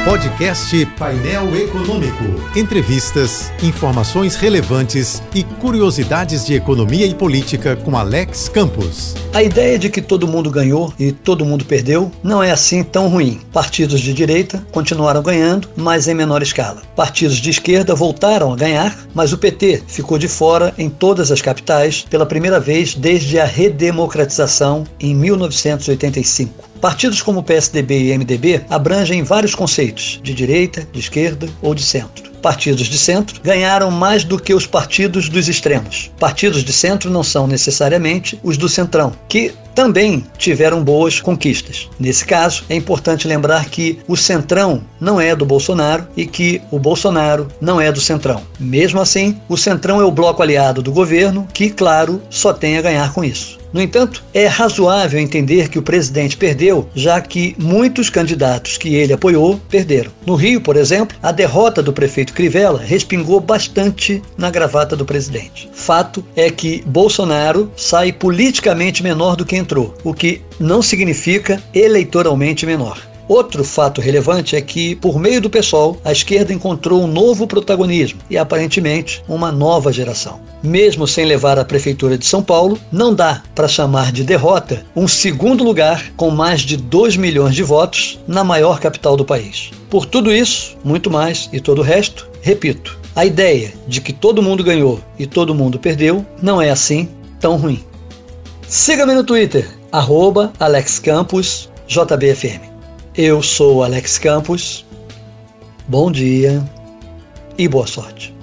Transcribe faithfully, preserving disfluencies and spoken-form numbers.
Podcast Painel Econômico. Entrevistas, informações relevantes e curiosidades de economia e política com Alex Campos. A ideia de que todo mundo ganhou e todo mundo perdeu não é assim tão ruim. Partidos de direita continuaram ganhando, mas em menor escala. Partidos de esquerda voltaram a ganhar, mas o P T ficou de fora em todas as capitais pela primeira vez desde a redemocratização em mil novecentos e oitenta e cinco. Partidos como o P S D B e M D B abrangem vários conceitos, de direita, de esquerda ou de centro. Partidos de centro ganharam mais do que os partidos dos extremos. Partidos de centro não são necessariamente os do centrão, que também tiveram boas conquistas. Nesse caso, é importante lembrar que o centrão não é do Bolsonaro e que o Bolsonaro não é do centrão. Mesmo assim, o centrão é o bloco aliado do governo, que, claro, só tem a ganhar com isso. No entanto, é razoável entender que o presidente perdeu, já que muitos candidatos que ele apoiou perderam. No Rio, por exemplo, a derrota do prefeito Crivella respingou bastante na gravata do presidente. Fato é que Bolsonaro sai politicamente menor do que entrou, o que não significa eleitoralmente menor. Outro fato relevante é que, por meio do PSOL, a esquerda encontrou um novo protagonismo e, aparentemente, uma nova geração. Mesmo sem levar a Prefeitura de São Paulo, não dá para chamar de derrota um segundo lugar com mais de dois milhões de votos na maior capital do país. Por tudo isso, muito mais e todo o resto, repito, a ideia de que todo mundo ganhou e todo mundo perdeu não é assim tão ruim. Siga-me no Twitter, arroba Alex Campos, J B F M. Eu sou Alex Campos, bom dia e boa sorte.